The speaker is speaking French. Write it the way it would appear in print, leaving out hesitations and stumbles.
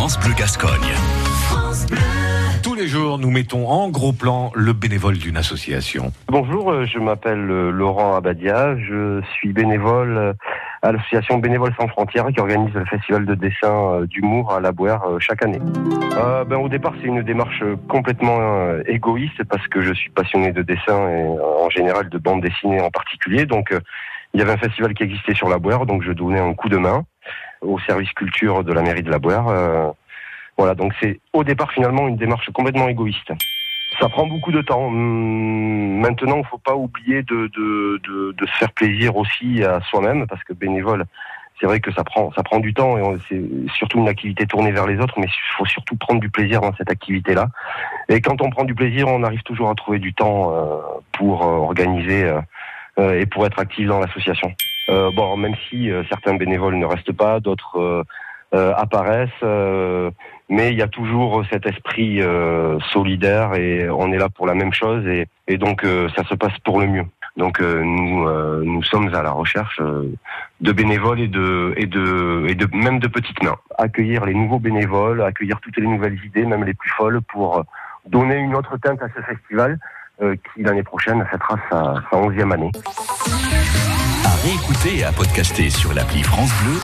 France Bleu Gascogne. Tous les jours, nous mettons en gros plan le bénévole d'une association. Bonjour, je m'appelle Laurent Abadia, je suis bénévole à l'association Bénévoles sans frontières qui organise le festival de dessin d'humour à La Bouère chaque année. Au départ, c'est une démarche complètement égoïste parce que je suis passionné de dessin et en général de bande dessinée en particulier. Donc, il y avait un festival qui existait sur La Bouère, donc je donnais un coup de main au service culture de la mairie de La Bouère. Voilà, donc c'est au départ finalement une démarche complètement égoïste. Ça prend beaucoup de temps. Maintenant, il ne faut pas oublier de se faire plaisir aussi à soi-même, parce que bénévole, c'est vrai que ça prend du temps et c'est surtout une activité tournée vers les autres, mais il faut surtout prendre du plaisir dans cette activité-là. Et quand on prend du plaisir, on arrive toujours à trouver du temps pour organiser et pour être actif dans l'association. Même si certains bénévoles ne restent pas, d'autres apparaissent, mais il y a toujours cet esprit solidaire et on est là pour la même chose et donc ça se passe pour le mieux. Donc nous sommes à la recherche de bénévoles et de même de petites mains. Accueillir les nouveaux bénévoles, accueillir toutes les nouvelles idées, même les plus folles, pour donner une autre teinte à ce festival qui l'année prochaine fêtera sa 11e année. À réécouter et à podcaster sur l'appli France Bleu